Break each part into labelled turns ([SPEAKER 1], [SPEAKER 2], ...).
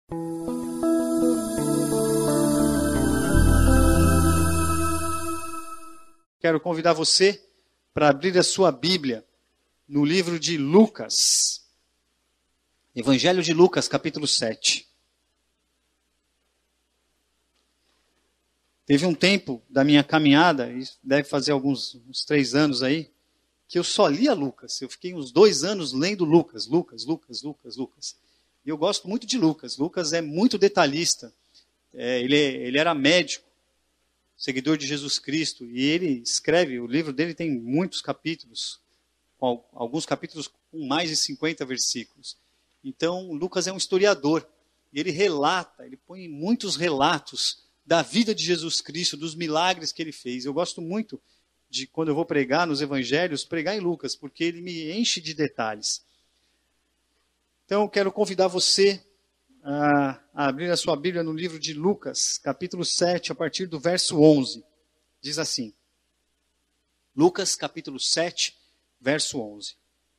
[SPEAKER 1] Quero convidar você para abrir a sua Bíblia no livro de Lucas. Evangelho de Lucas, capítulo 7. Teve um tempo da minha caminhada, isso deve fazer uns 3 anos aí, que eu só lia Lucas. Eu fiquei uns 2 anos lendo Lucas. E eu gosto muito de Lucas. Lucas é muito detalhista. Ele era médico, seguidor de Jesus Cristo, e ele escreve, o livro dele tem muitos capítulos, alguns capítulos com mais de 50 versículos. Então, Lucas é um historiador, e ele põe muitos relatos da vida de Jesus Cristo, dos milagres que ele fez. Eu gosto muito de, quando eu vou pregar nos evangelhos, pregar em Lucas, porque ele me enche de detalhes. Então, eu quero convidar você a abrir a sua Bíblia no livro de Lucas, capítulo 7, a partir do verso 11. Diz assim, Lucas, capítulo 7, verso 11.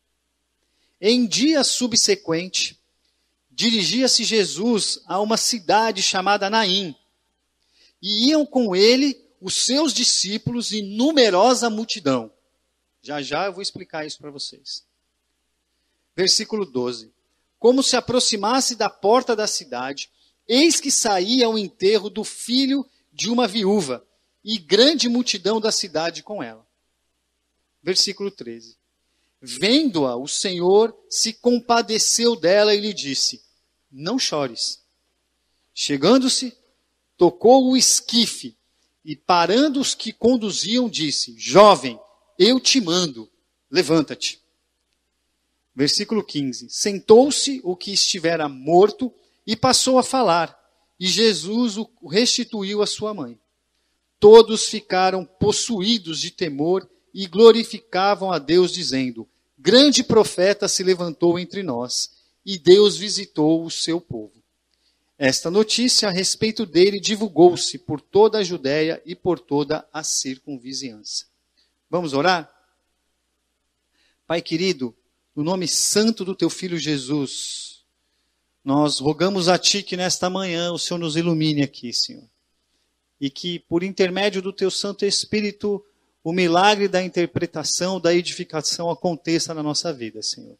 [SPEAKER 1] Em dia subsequente, dirigia-se Jesus a uma cidade chamada Naim, e iam com ele os seus discípulos e numerosa multidão. Já eu vou explicar isso para vocês. Versículo 12. Como se aproximasse da porta da cidade, eis que saía ao enterro do filho de uma viúva, e grande multidão da cidade com ela. Versículo 13. Vendo-a, o Senhor se compadeceu dela e lhe disse, não chores. Chegando-se, tocou o esquife, e parando os que conduziam, disse, jovem, eu te mando, levanta-te. Versículo 15. Sentou-se o que estivera morto e passou a falar, e Jesus o restituiu à sua mãe. Todos ficaram possuídos de temor e glorificavam a Deus, dizendo, grande profeta se levantou entre nós, e Deus visitou o seu povo. Esta notícia a respeito dele divulgou-se por toda a Judéia e por toda a circunvizinhança. Vamos orar? Pai querido, no nome santo do teu Filho Jesus, nós rogamos a Ti que nesta manhã o Senhor nos ilumine aqui, Senhor. E que por intermédio do teu Santo Espírito, o milagre da interpretação, da edificação aconteça na nossa vida, Senhor.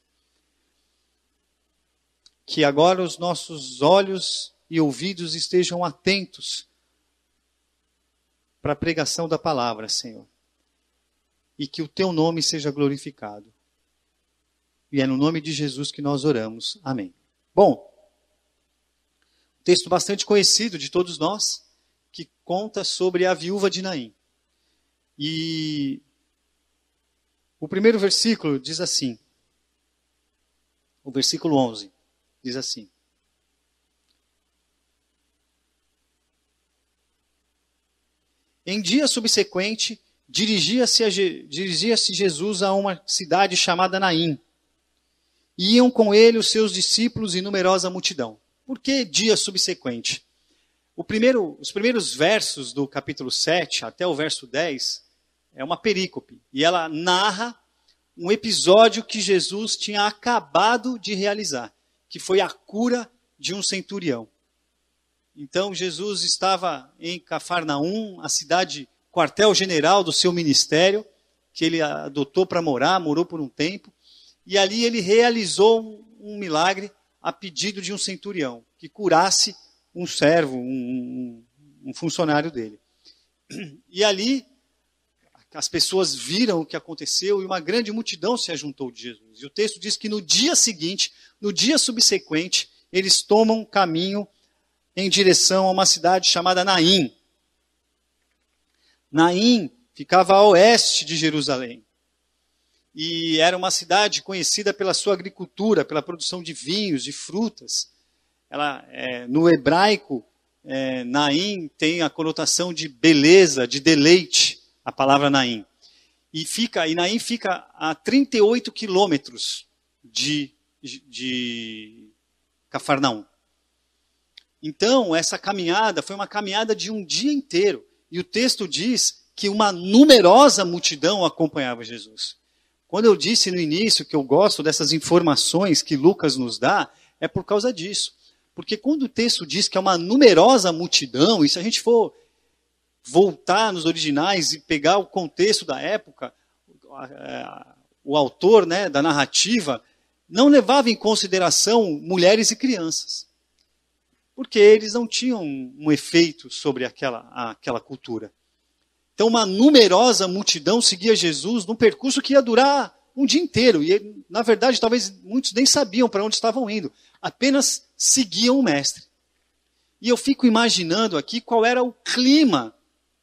[SPEAKER 1] Que agora os nossos olhos e ouvidos estejam atentos para a pregação da palavra, Senhor. E que o teu nome seja glorificado. E é no nome de Jesus que nós oramos. Amém. Bom, um texto bastante conhecido de todos nós, que conta sobre a viúva de Naim. E o primeiro versículo diz assim, o versículo 11, diz assim. Em dia subsequente, dirigia-se Jesus a uma cidade chamada Naim. E iam com ele os seus discípulos e numerosa multidão. Por que dia subsequente? Os primeiros versos do capítulo 7 até o verso 10 é uma perícope. E ela narra um episódio que Jesus tinha acabado de realizar, que foi a cura de um centurião. Então Jesus estava em Cafarnaum, a cidade quartel-general do seu ministério, que ele adotou para morar, morou por um tempo. E ali ele realizou um milagre a pedido de um centurião, que curasse um servo, um funcionário dele. E ali as pessoas viram o que aconteceu e uma grande multidão se ajuntou de Jesus. E o texto diz que no dia seguinte, no dia subsequente, eles tomam caminho em direção a uma cidade chamada Naim. Naim ficava a oeste de Jerusalém. E era uma cidade conhecida pela sua agricultura, pela produção de vinhos, de frutas. Ela, no hebraico, Naim tem a conotação de beleza, de deleite, a palavra Naim. E Naim fica a 38 quilômetros de Cafarnaum. Então, essa caminhada foi uma caminhada de um dia inteiro. E o texto diz que uma numerosa multidão acompanhava Jesus. Quando eu disse no início que eu gosto dessas informações que Lucas nos dá, é por causa disso. Porque quando o texto diz que é uma numerosa multidão, e se a gente for voltar nos originais e pegar o contexto da época, o autor, né, da narrativa não levava em consideração mulheres e crianças. Porque eles não tinham um efeito sobre aquela cultura. Então, uma numerosa multidão seguia Jesus num percurso que ia durar um dia inteiro. E, na verdade, talvez muitos nem sabiam para onde estavam indo. Apenas seguiam o mestre. E eu fico imaginando aqui qual era o clima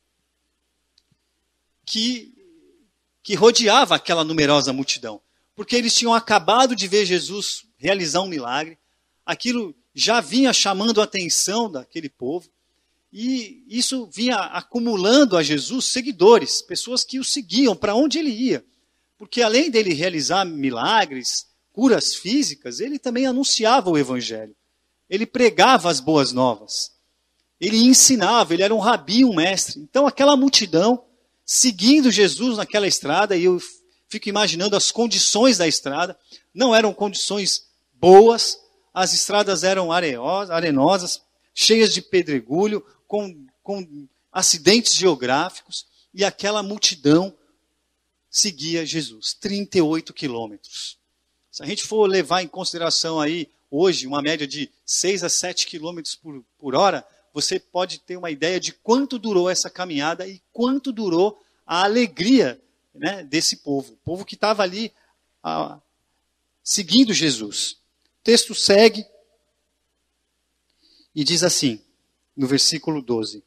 [SPEAKER 1] que rodeava aquela numerosa multidão. Porque eles tinham acabado de ver Jesus realizar um milagre. Aquilo já vinha chamando a atenção daquele povo. E isso vinha acumulando a Jesus seguidores, pessoas que o seguiam para onde ele ia. Porque além dele realizar milagres, curas físicas, ele também anunciava o evangelho. Ele pregava as boas novas. Ele ensinava, ele era um rabi, um mestre. Então aquela multidão, seguindo Jesus naquela estrada, e eu fico imaginando as condições da estrada, não eram condições boas, as estradas eram arenosas, cheias de pedregulho, com acidentes geográficos, e aquela multidão seguia Jesus, 38 quilômetros. Se a gente for levar em consideração aí, hoje, uma média de 6 a 7 quilômetros por hora, você pode ter uma ideia de quanto durou essa caminhada e quanto durou a alegria, né, desse povo. O povo que estava ali seguindo Jesus. O texto segue e diz assim, no versículo 12.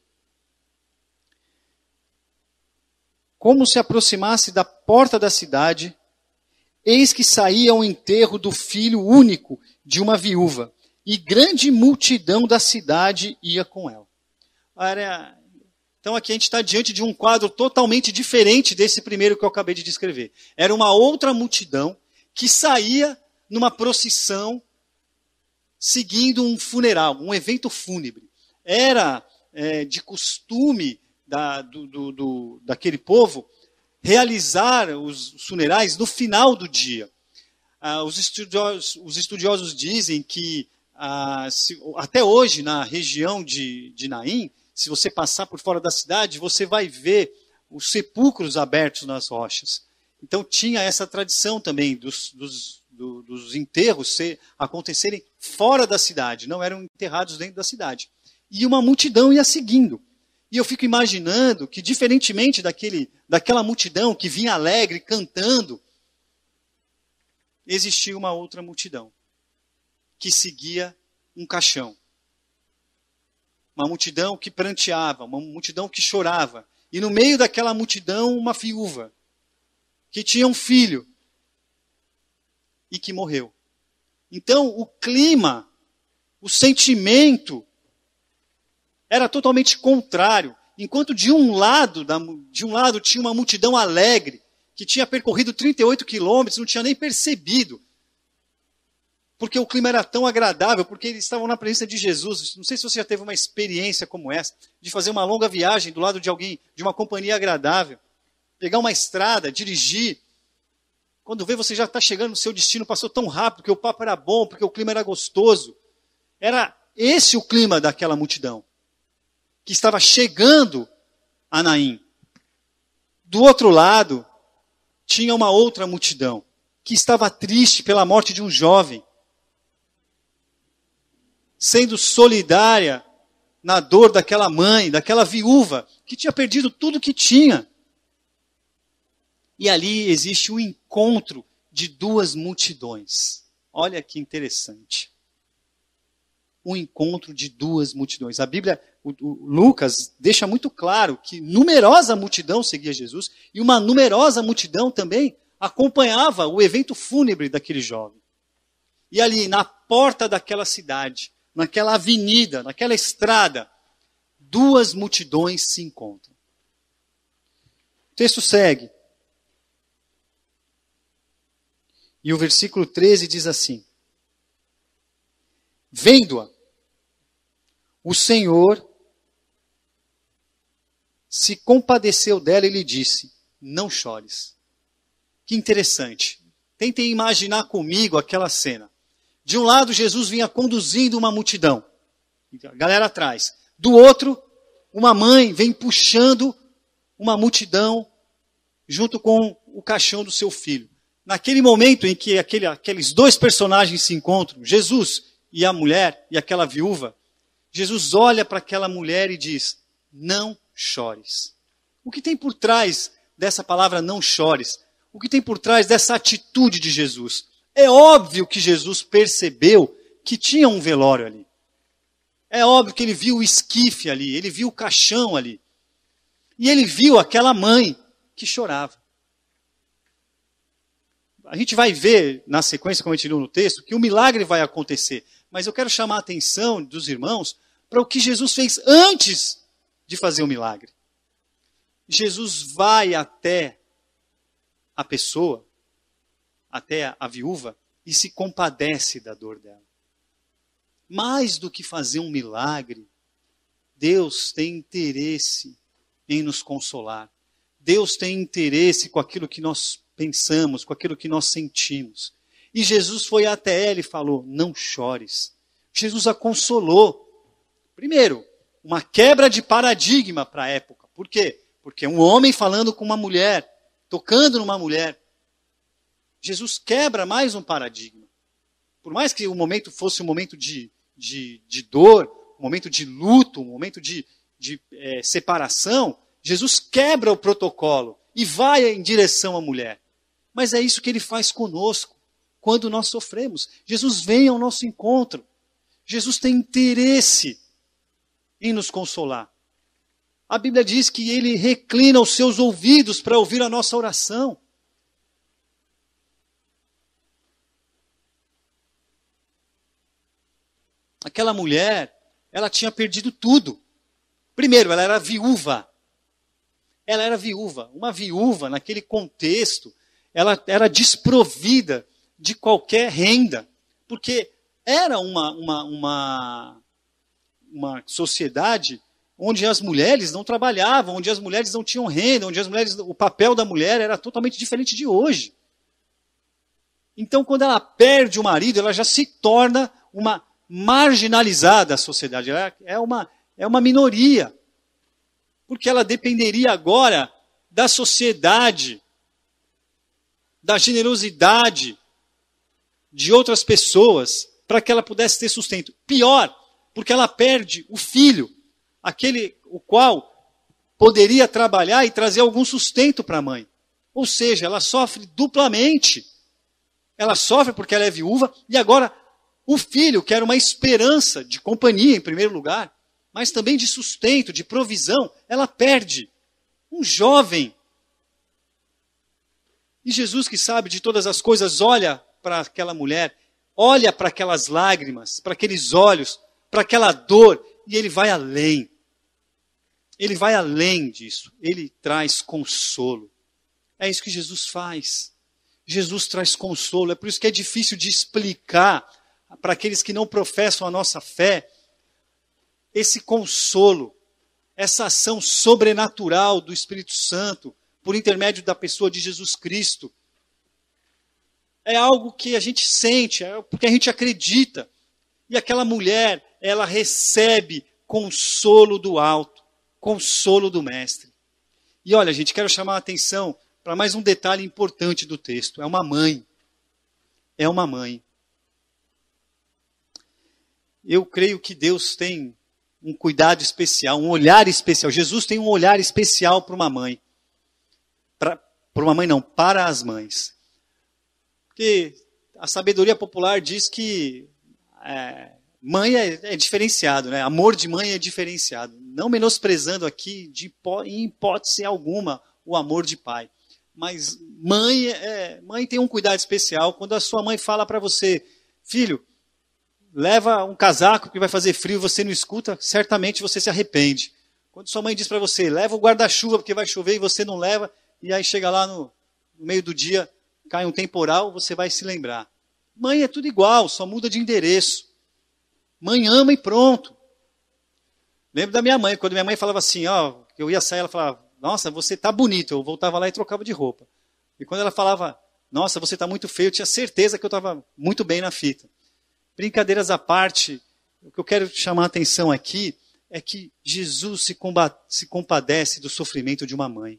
[SPEAKER 1] Como se aproximasse da porta da cidade, eis que saía ao enterro do filho único de uma viúva, e grande multidão da cidade ia com ela. Então aqui a gente está diante de um quadro totalmente diferente desse primeiro que eu acabei de descrever. Era uma outra multidão que saía numa procissão seguindo um funeral, um evento fúnebre. Era de costume daquele povo realizar os funerais no final do dia. Os estudiosos dizem que até hoje na região de Naim, se você passar por fora da cidade, você vai ver os sepulcros abertos nas rochas. Então tinha essa tradição também dos enterros acontecerem fora da cidade, não eram enterrados dentro da cidade. E uma multidão ia seguindo. E eu fico imaginando que, diferentemente daquela multidão que vinha alegre, cantando, existia uma outra multidão que seguia um caixão. Uma multidão que pranteava, uma multidão que chorava. E no meio daquela multidão, uma viúva que tinha um filho e que morreu. Então, o clima, o sentimento era totalmente contrário. Enquanto de um lado tinha uma multidão alegre, que tinha percorrido 38 quilômetros, não tinha nem percebido. Porque o clima era tão agradável, porque eles estavam na presença de Jesus. Não sei se você já teve uma experiência como essa, de fazer uma longa viagem do lado de alguém, de uma companhia agradável. Pegar uma estrada, dirigir. Quando vê, você já está chegando no seu destino, passou tão rápido, porque o papo era bom, porque o clima era gostoso. Era esse o clima daquela multidão que estava chegando a Naim. Do outro lado, tinha uma outra multidão que estava triste pela morte de um jovem, sendo solidária na dor daquela mãe, daquela viúva, que tinha perdido tudo que tinha. E ali existe um encontro de duas multidões. Olha que interessante. Um encontro de duas multidões. A Bíblia, o Lucas, deixa muito claro que numerosa multidão seguia Jesus e uma numerosa multidão também acompanhava o evento fúnebre daquele jovem. E ali, na porta daquela cidade, naquela avenida, naquela estrada, duas multidões se encontram. O texto segue. E o versículo 13 diz assim: vendo-a, o Senhor se compadeceu dela e lhe disse: não chores. Que interessante. Tentem imaginar comigo aquela cena. De um lado, Jesus vinha conduzindo uma multidão, a galera atrás. Do outro, uma mãe vem puxando uma multidão junto com o caixão do seu filho. Naquele momento em que aqueles dois personagens se encontram, Jesus e a mulher e aquela viúva, Jesus olha para aquela mulher e diz, não chores. O que tem por trás dessa palavra não chores? O que tem por trás dessa atitude de Jesus? É óbvio que Jesus percebeu que tinha um velório ali. É óbvio que ele viu o esquife ali, ele viu o caixão ali. E ele viu aquela mãe que chorava. A gente vai ver, na sequência, como a gente leu no texto, que o milagre vai acontecer. Mas eu quero chamar a atenção dos irmãos para o que Jesus fez antes de fazer o milagre. Jesus vai até a pessoa, até a viúva, e se compadece da dor dela. Mais do que fazer um milagre, Deus tem interesse em nos consolar. Deus tem interesse com aquilo que nós pensamos, com aquilo que nós sentimos. E Jesus foi até ela e falou, não chores. Jesus a consolou. Primeiro, uma quebra de paradigma para a época. Por quê? Porque um homem falando com uma mulher, tocando numa mulher. Jesus quebra mais um paradigma. Por mais que o momento fosse um momento de dor, um momento de luto, um momento de separação, Jesus quebra o protocolo e vai em direção à mulher. Mas é isso que ele faz conosco, quando nós sofremos. Jesus vem ao nosso encontro. Jesus tem interesse em nos consolar. A Bíblia diz que ele reclina os seus ouvidos para ouvir a nossa oração. Aquela mulher, ela tinha perdido tudo. Primeiro, ela era viúva. Ela era viúva. Uma viúva, naquele contexto, ela era desprovida de qualquer renda. Porque era uma sociedade onde as mulheres não trabalhavam, onde as mulheres não tinham renda, onde o papel da mulher era totalmente diferente de hoje. Então, quando ela perde o marido, ela já se torna uma marginalizada da sociedade. Ela é uma minoria. Porque ela dependeria agora da sociedade, da generosidade de outras pessoas, para que ela pudesse ter sustento. Pior, porque ela perde o filho, aquele o qual poderia trabalhar e trazer algum sustento para a mãe. Ou seja, ela sofre duplamente. Ela sofre porque ela é viúva, e agora o filho, que era uma esperança de companhia em primeiro lugar, mas também de sustento, de provisão, ela perde. Um jovem. E Jesus, que sabe de todas as coisas, olha para aquela mulher, olha para aquelas lágrimas, para aqueles olhos, para aquela dor, e ele vai além. Ele vai além disso. Ele traz consolo. É isso que Jesus faz. Jesus traz consolo. É por isso que é difícil de explicar para aqueles que não professam a nossa fé esse consolo, essa ação sobrenatural do Espírito Santo por intermédio da pessoa de Jesus Cristo. É algo que a gente sente, é porque a gente acredita. E aquela mulher, ela recebe consolo do alto, consolo do Mestre. E olha, gente, quero chamar a atenção para mais um detalhe importante do texto. É uma mãe. É uma mãe. Eu creio que Deus tem um cuidado especial, um olhar especial. Jesus tem um olhar especial para uma mãe. Para uma mãe não, para as mães. Porque a sabedoria popular diz que mãe é diferenciado, né? Amor de mãe é diferenciado. Não menosprezando aqui, em hipótese alguma, o amor de pai. Mas mãe tem um cuidado especial. Quando a sua mãe fala para você, filho, leva um casaco porque vai fazer frio, você não escuta, certamente você se arrepende. Quando sua mãe diz para você, leva o guarda-chuva porque vai chover e você não leva, e aí chega lá no meio do dia, cai um temporal, você vai se lembrar. Mãe é tudo igual, só muda de endereço. Mãe ama e pronto. Lembro da minha mãe, quando minha mãe falava assim, eu ia sair, ela falava, nossa, você tá bonito. Eu voltava lá e trocava de roupa. E quando ela falava, nossa, você tá muito feio, eu tinha certeza que eu estava muito bem na fita. Brincadeiras à parte, o que eu quero chamar a atenção aqui é que Jesus se compadece do sofrimento de uma mãe.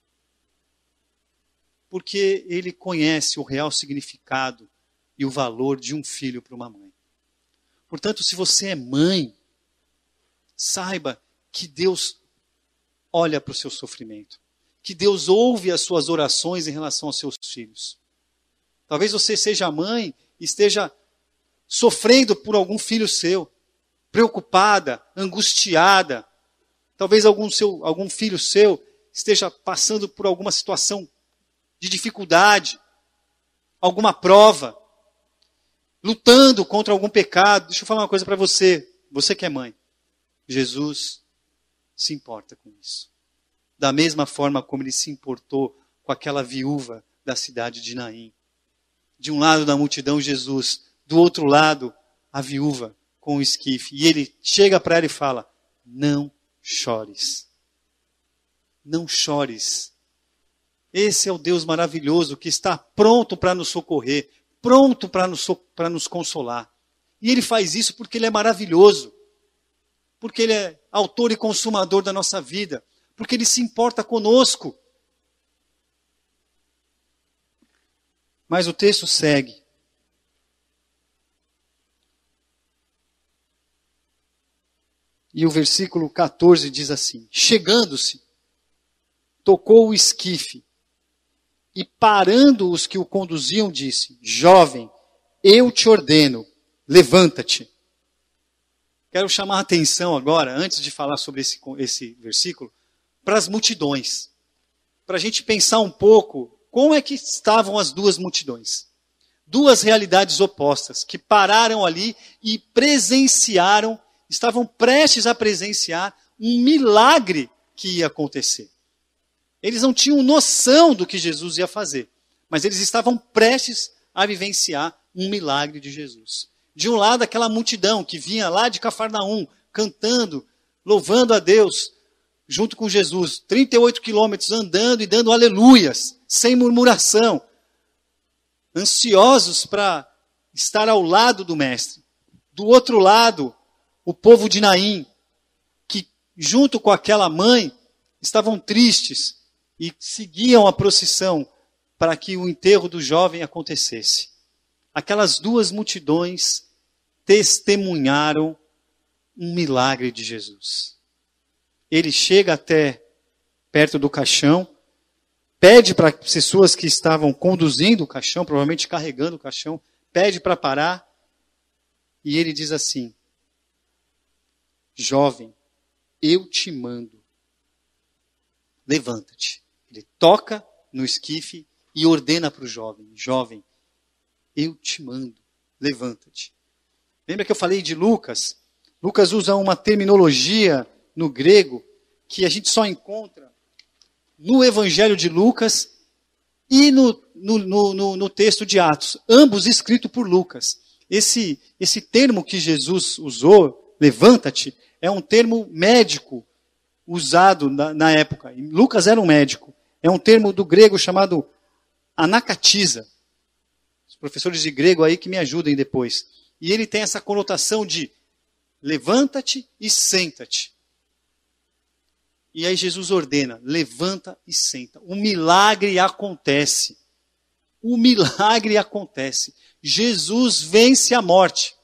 [SPEAKER 1] Porque ele conhece o real significado e o valor de um filho para uma mãe. Portanto, se você é mãe, saiba que Deus olha para o seu sofrimento. Que Deus ouve as suas orações em relação aos seus filhos. Talvez você seja mãe e esteja sofrendo por algum filho seu, preocupada, angustiada. Talvez algum filho seu esteja passando por alguma situação de dificuldade, alguma prova, lutando contra algum pecado. Deixa eu falar uma coisa para você, você que é mãe. Jesus se importa com isso. Da mesma forma como ele se importou com aquela viúva da cidade de Naim. De um lado da multidão, Jesus. Do outro lado, a viúva com o esquife. E ele chega para ela e fala, não chores. Não chores. Esse é o Deus maravilhoso que está pronto para nos socorrer. Pronto para nos consolar. E ele faz isso porque ele é maravilhoso. Porque ele é autor e consumador da nossa vida. Porque ele se importa conosco. Mas o texto segue. E o versículo 14 diz assim, chegando-se, tocou o esquife, e parando os que o conduziam, disse, jovem, eu te ordeno, levanta-te. Quero chamar a atenção agora, antes de falar sobre esse versículo, para as multidões. Para a gente pensar um pouco como é que estavam as duas multidões. Duas realidades opostas, que pararam ali e presenciaram, estavam prestes a presenciar um milagre que ia acontecer. Eles não tinham noção do que Jesus ia fazer, mas eles estavam prestes a vivenciar um milagre de Jesus. De um lado, aquela multidão que vinha lá de Cafarnaum, cantando, louvando a Deus, junto com Jesus, 38 quilômetros andando e dando aleluias, sem murmuração, ansiosos para estar ao lado do Mestre. Do outro lado, o povo de Naim, que junto com aquela mãe, estavam tristes e seguiam a procissão para que o enterro do jovem acontecesse. Aquelas duas multidões testemunharam um milagre de Jesus. Ele chega até perto do caixão, pede para as pessoas que estavam conduzindo o caixão, provavelmente carregando o caixão, pede para parar, e ele diz assim, jovem, eu te mando, levanta-te. Ele toca no esquife e ordena para o jovem, jovem, eu te mando, levanta-te. Lembra que eu falei de Lucas? Lucas usa uma terminologia no grego que a gente só encontra no Evangelho de Lucas e no texto de Atos, ambos escritos por Lucas. Esse termo que Jesus usou, levanta-te, é um termo médico usado na época. E Lucas era um médico. É um termo do grego chamado anakatiza. Os professores de grego aí que me ajudem depois. E ele tem essa conotação de levanta-te e senta-te. E aí Jesus ordena, levanta e senta. O milagre acontece. O milagre acontece. Jesus vence a morte.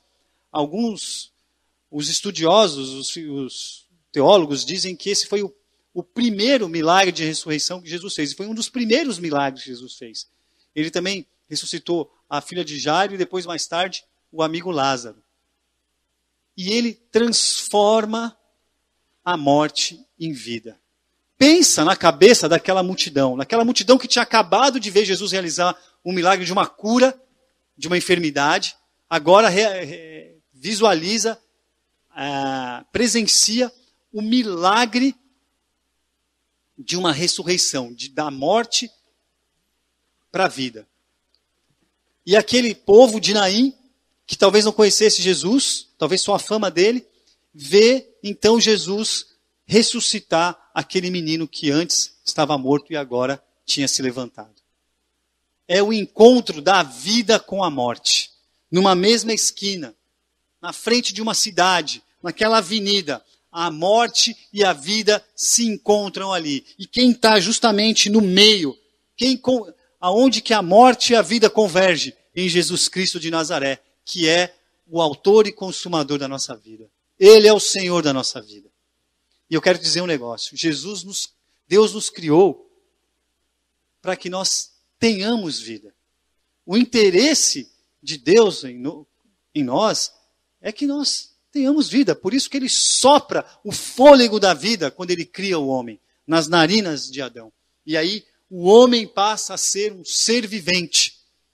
[SPEAKER 1] Os estudiosos, os teólogos dizem que esse foi o primeiro milagre de ressurreição que Jesus fez. E foi um dos primeiros milagres que Jesus fez. Ele também ressuscitou a filha de Jairo e depois, mais tarde, o amigo Lázaro. E ele transforma a morte em vida. Pensa na cabeça daquela multidão que tinha acabado de ver Jesus realizar um milagre de uma cura, de uma enfermidade, agora visualiza, presencia o milagre de uma ressurreição, da morte para a vida. E aquele povo de Naim, que talvez não conhecesse Jesus, talvez só a fama dele, vê então Jesus ressuscitar aquele menino que antes estava morto e agora tinha se levantado. É o encontro da vida com a morte, numa mesma esquina, na frente de uma cidade, naquela avenida, a morte e a vida se encontram ali. E quem está justamente no meio, aonde que a morte e a vida convergem? Em Jesus Cristo de Nazaré, que é o autor e consumador da nossa vida. Ele é o Senhor da nossa vida. E eu quero dizer um negócio. Deus nos criou para que nós tenhamos vida. O interesse de Deus em nós é que nós tenhamos vida. Por isso que ele sopra o fôlego da vida quando ele cria o homem, nas narinas de Adão. E aí o homem passa a ser um ser vivente.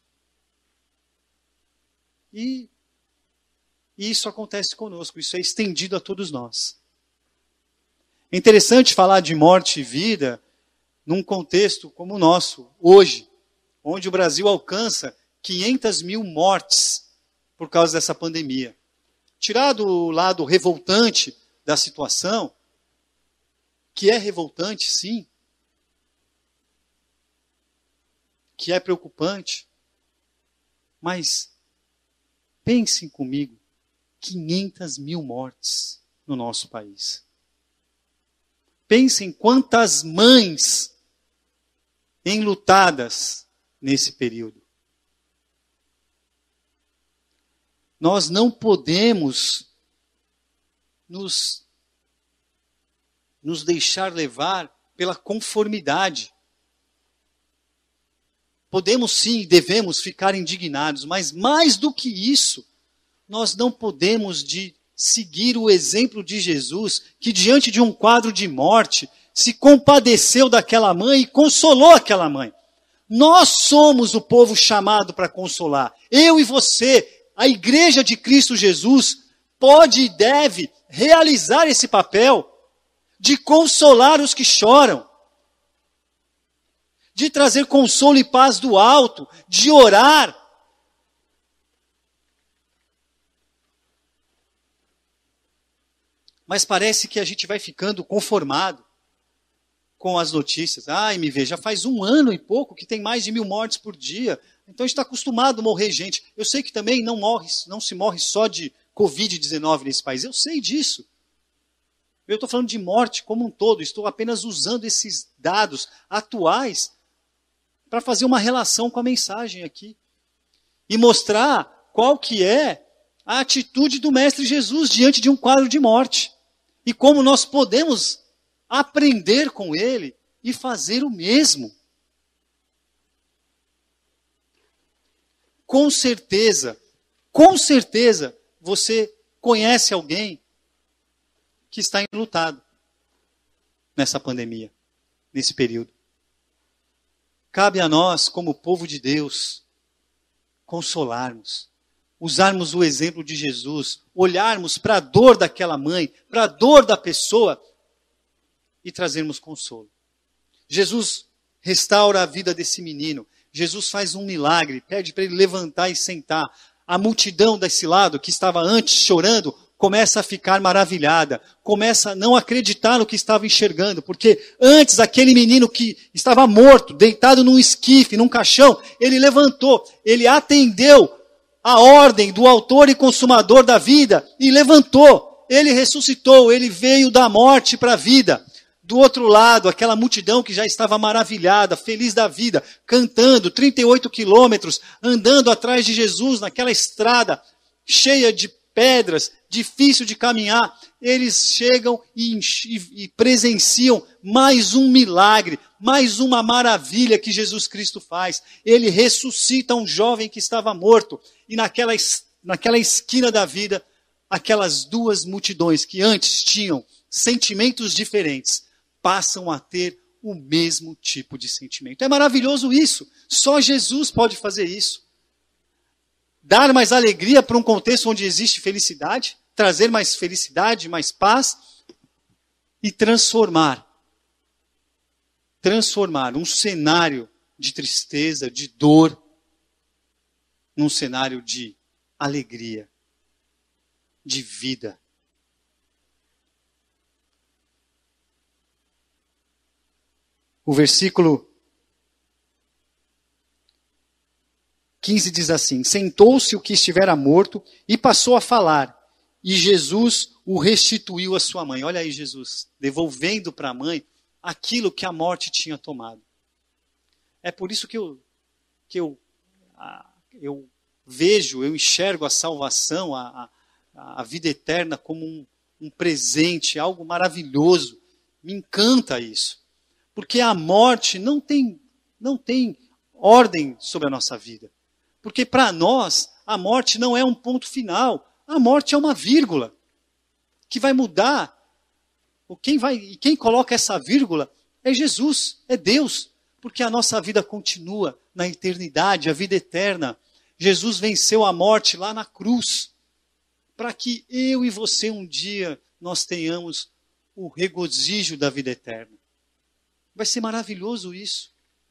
[SPEAKER 1] E isso acontece conosco, isso é estendido a todos nós. É interessante falar de morte e vida num contexto como o nosso, hoje, onde o Brasil alcança 500 mil mortes por causa dessa pandemia. Tirado o lado revoltante da situação, que é revoltante, sim, que é preocupante, mas pensem comigo, 500 mil mortes no nosso país. Pensem quantas mães enlutadas nesse período. Nós não podemos nos deixar levar pela conformidade. Podemos sim e devemos ficar indignados, mas mais do que isso, nós não podemos seguir o exemplo de Jesus, que diante de um quadro de morte, se compadeceu daquela mãe e consolou aquela mãe. Nós somos o povo chamado para consolar. Eu e você, a igreja de Cristo Jesus, pode e deve realizar esse papel de consolar os que choram, de trazer consolo e paz do alto, de orar. Mas parece que a gente vai ficando conformado com as notícias. MV, já faz 1 ano e pouco que tem mais de 1.000 mortes por dia. Então a gente está acostumado a morrer gente. Eu sei que também não se morre só de Covid-19 nesse país. Eu sei disso. Eu estou falando de morte como um todo. Estou apenas usando esses dados atuais para fazer uma relação com a mensagem aqui. E mostrar qual que é a atitude do Mestre Jesus diante de um quadro de morte. E como nós podemos aprender com ele e fazer o mesmo. Com certeza, você conhece alguém que está enlutado nessa pandemia, nesse período. Cabe a nós, como povo de Deus, consolarmos, usarmos o exemplo de Jesus, olharmos para a dor daquela mãe, para a dor da pessoa e trazermos consolo. Jesus restaura a vida desse menino. Jesus faz um milagre, pede para ele levantar e sentar. A multidão desse lado, que estava antes chorando, começa a ficar maravilhada, começa a não acreditar no que estava enxergando, porque antes aquele menino que estava morto, deitado num esquife, num caixão, ele levantou, ele atendeu a ordem do autor e consumador da vida e levantou, ele ressuscitou, ele veio da morte para a vida. Do outro lado, aquela multidão que já estava maravilhada, feliz da vida, cantando 38 quilômetros, andando atrás de Jesus naquela estrada cheia de pedras, difícil de caminhar, eles chegam e presenciam mais um milagre, mais uma maravilha que Jesus Cristo faz. Ele ressuscita um jovem que estava morto, e naquela esquina da vida, aquelas duas multidões que antes tinham sentimentos diferentes, passam a ter o mesmo tipo de sentimento. É maravilhoso isso. Só Jesus pode fazer isso. Dar mais alegria para um contexto onde existe felicidade, trazer mais felicidade, mais paz e transformar um cenário de tristeza, de dor, num cenário de alegria, de vida. O versículo 15 diz assim: sentou-se o que estivera morto e passou a falar, e Jesus o restituiu à sua mãe. Olha aí Jesus, devolvendo para a mãe aquilo que a morte tinha tomado. É por isso que eu vejo, eu enxergo a salvação, a vida eterna como um presente, algo maravilhoso. Me encanta isso. Porque a morte não tem ordem sobre a nossa vida. Porque para nós, a morte não é um ponto final. A morte é uma vírgula que vai mudar. Quem coloca essa vírgula é Jesus, é Deus. Porque a nossa vida continua na eternidade, a vida eterna. Jesus venceu a morte lá na cruz, para que eu e você um dia nós tenhamos o regozijo da vida eterna. Vai ser maravilhoso isso.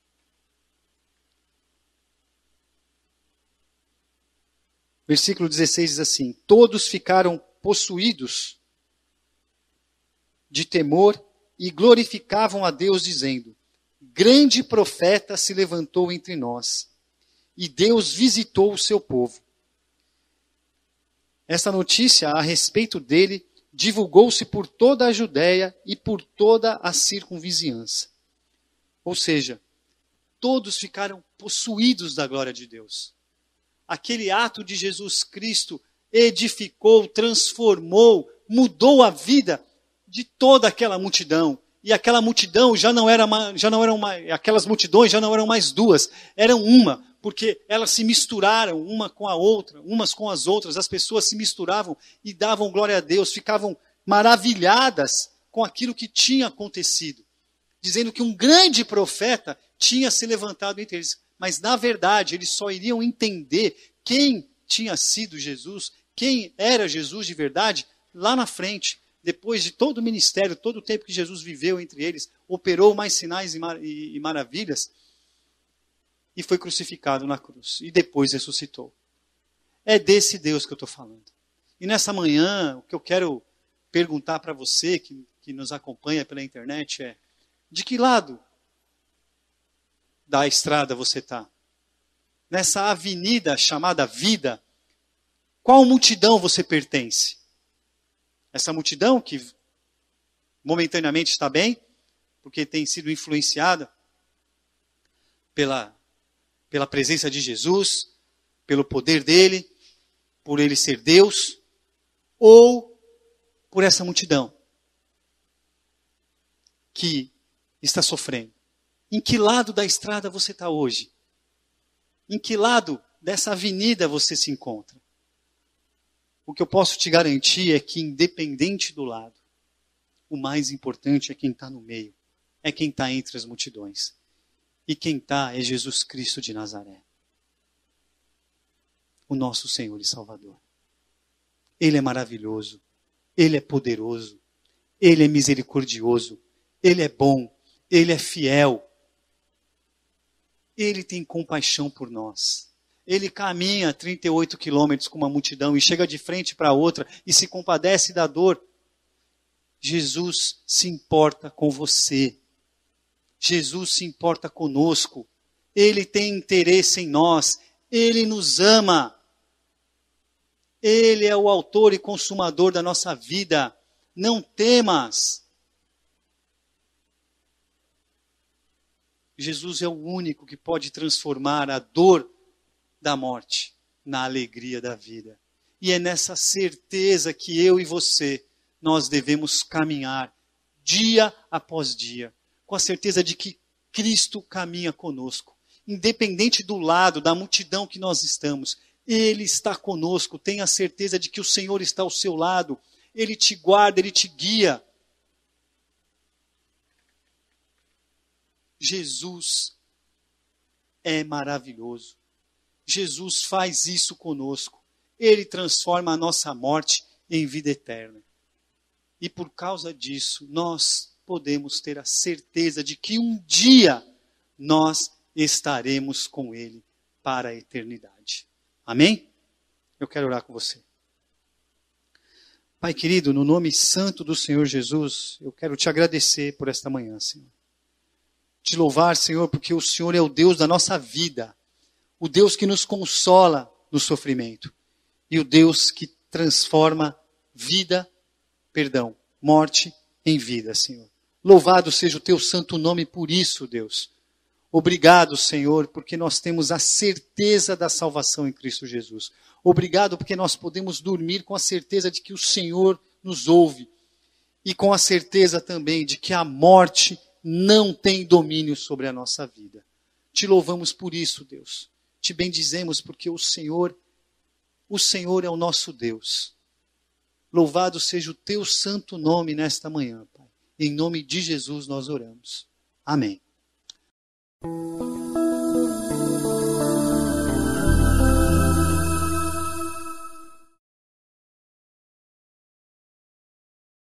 [SPEAKER 1] Versículo 16 diz assim: todos ficaram possuídos de temor e glorificavam a Deus, dizendo: grande profeta se levantou entre nós, e Deus visitou o seu povo. Essa notícia a respeito dele divulgou-se por toda a Judéia e por toda a circunvizinhança. Ou seja, todos ficaram possuídos da glória de Deus. Aquele ato de Jesus Cristo edificou, transformou, mudou a vida de toda aquela multidão. E aquela multidão aquelas multidões já não eram mais duas, eram uma, porque elas se misturaram uma com a outra, umas com as outras, as pessoas se misturavam e davam glória a Deus, ficavam maravilhadas com aquilo que tinha acontecido, dizendo que um grande profeta tinha se levantado entre eles. Mas, na verdade, eles só iriam entender quem tinha sido Jesus, quem era Jesus de verdade, lá na frente. Depois de todo o ministério, todo o tempo que Jesus viveu entre eles, operou mais sinais e maravilhas, e foi crucificado na cruz. E depois ressuscitou. É desse Deus que eu estou falando. E nessa manhã, o que eu quero perguntar para você, que nos acompanha pela internet, é: de que lado da estrada você está? Nessa avenida chamada vida, qual multidão você pertence? Essa multidão que momentaneamente está bem, porque tem sido influenciada pela presença de Jesus, pelo poder dele, por ele ser Deus, ou por essa multidão que está sofrendo? Em que lado da estrada você está hoje? Em que lado dessa avenida você se encontra? O que eu posso te garantir é que, independente do lado, o mais importante é quem está no meio, é quem está entre as multidões. E quem está é Jesus Cristo de Nazaré, o nosso Senhor e Salvador. Ele é maravilhoso, Ele é poderoso, Ele é misericordioso, Ele é bom, Ele é fiel. Ele tem compaixão por nós. Ele caminha 38 quilômetros com uma multidão e chega de frente para outra e se compadece da dor. Jesus se importa com você. Jesus se importa conosco. Ele tem interesse em nós. Ele nos ama. Ele é o autor e consumador da nossa vida. Não temas. Jesus é o único que pode transformar a dor da morte na alegria da vida. E é nessa certeza que eu e você, nós devemos caminhar dia após dia, com a certeza de que Cristo caminha conosco. Independente do lado, da multidão que nós estamos, Ele está conosco. Tenha a certeza de que o Senhor está ao seu lado. Ele te guarda, Ele te guia. Jesus é maravilhoso. Jesus faz isso conosco. Ele transforma a nossa morte em vida eterna. E por causa disso, nós podemos ter a certeza de que um dia nós estaremos com Ele para a eternidade. Amém? Eu quero orar com você. Pai querido, no nome santo do Senhor Jesus, eu quero te agradecer por esta manhã, Senhor. Te louvar, Senhor, porque o Senhor é o Deus da nossa vida. O Deus que nos consola no sofrimento. E o Deus que transforma morte em vida, Senhor. Louvado seja o teu santo nome por isso, Deus. Obrigado, Senhor, porque nós temos a certeza da salvação em Cristo Jesus. Obrigado porque nós podemos dormir com a certeza de que o Senhor nos ouve. E com a certeza também de que a morte não tem domínio sobre a nossa vida. Te louvamos por isso, Deus. Te bendizemos porque o Senhor é o nosso Deus. Louvado seja o teu santo nome nesta manhã, Pai. Em nome de Jesus nós oramos. Amém.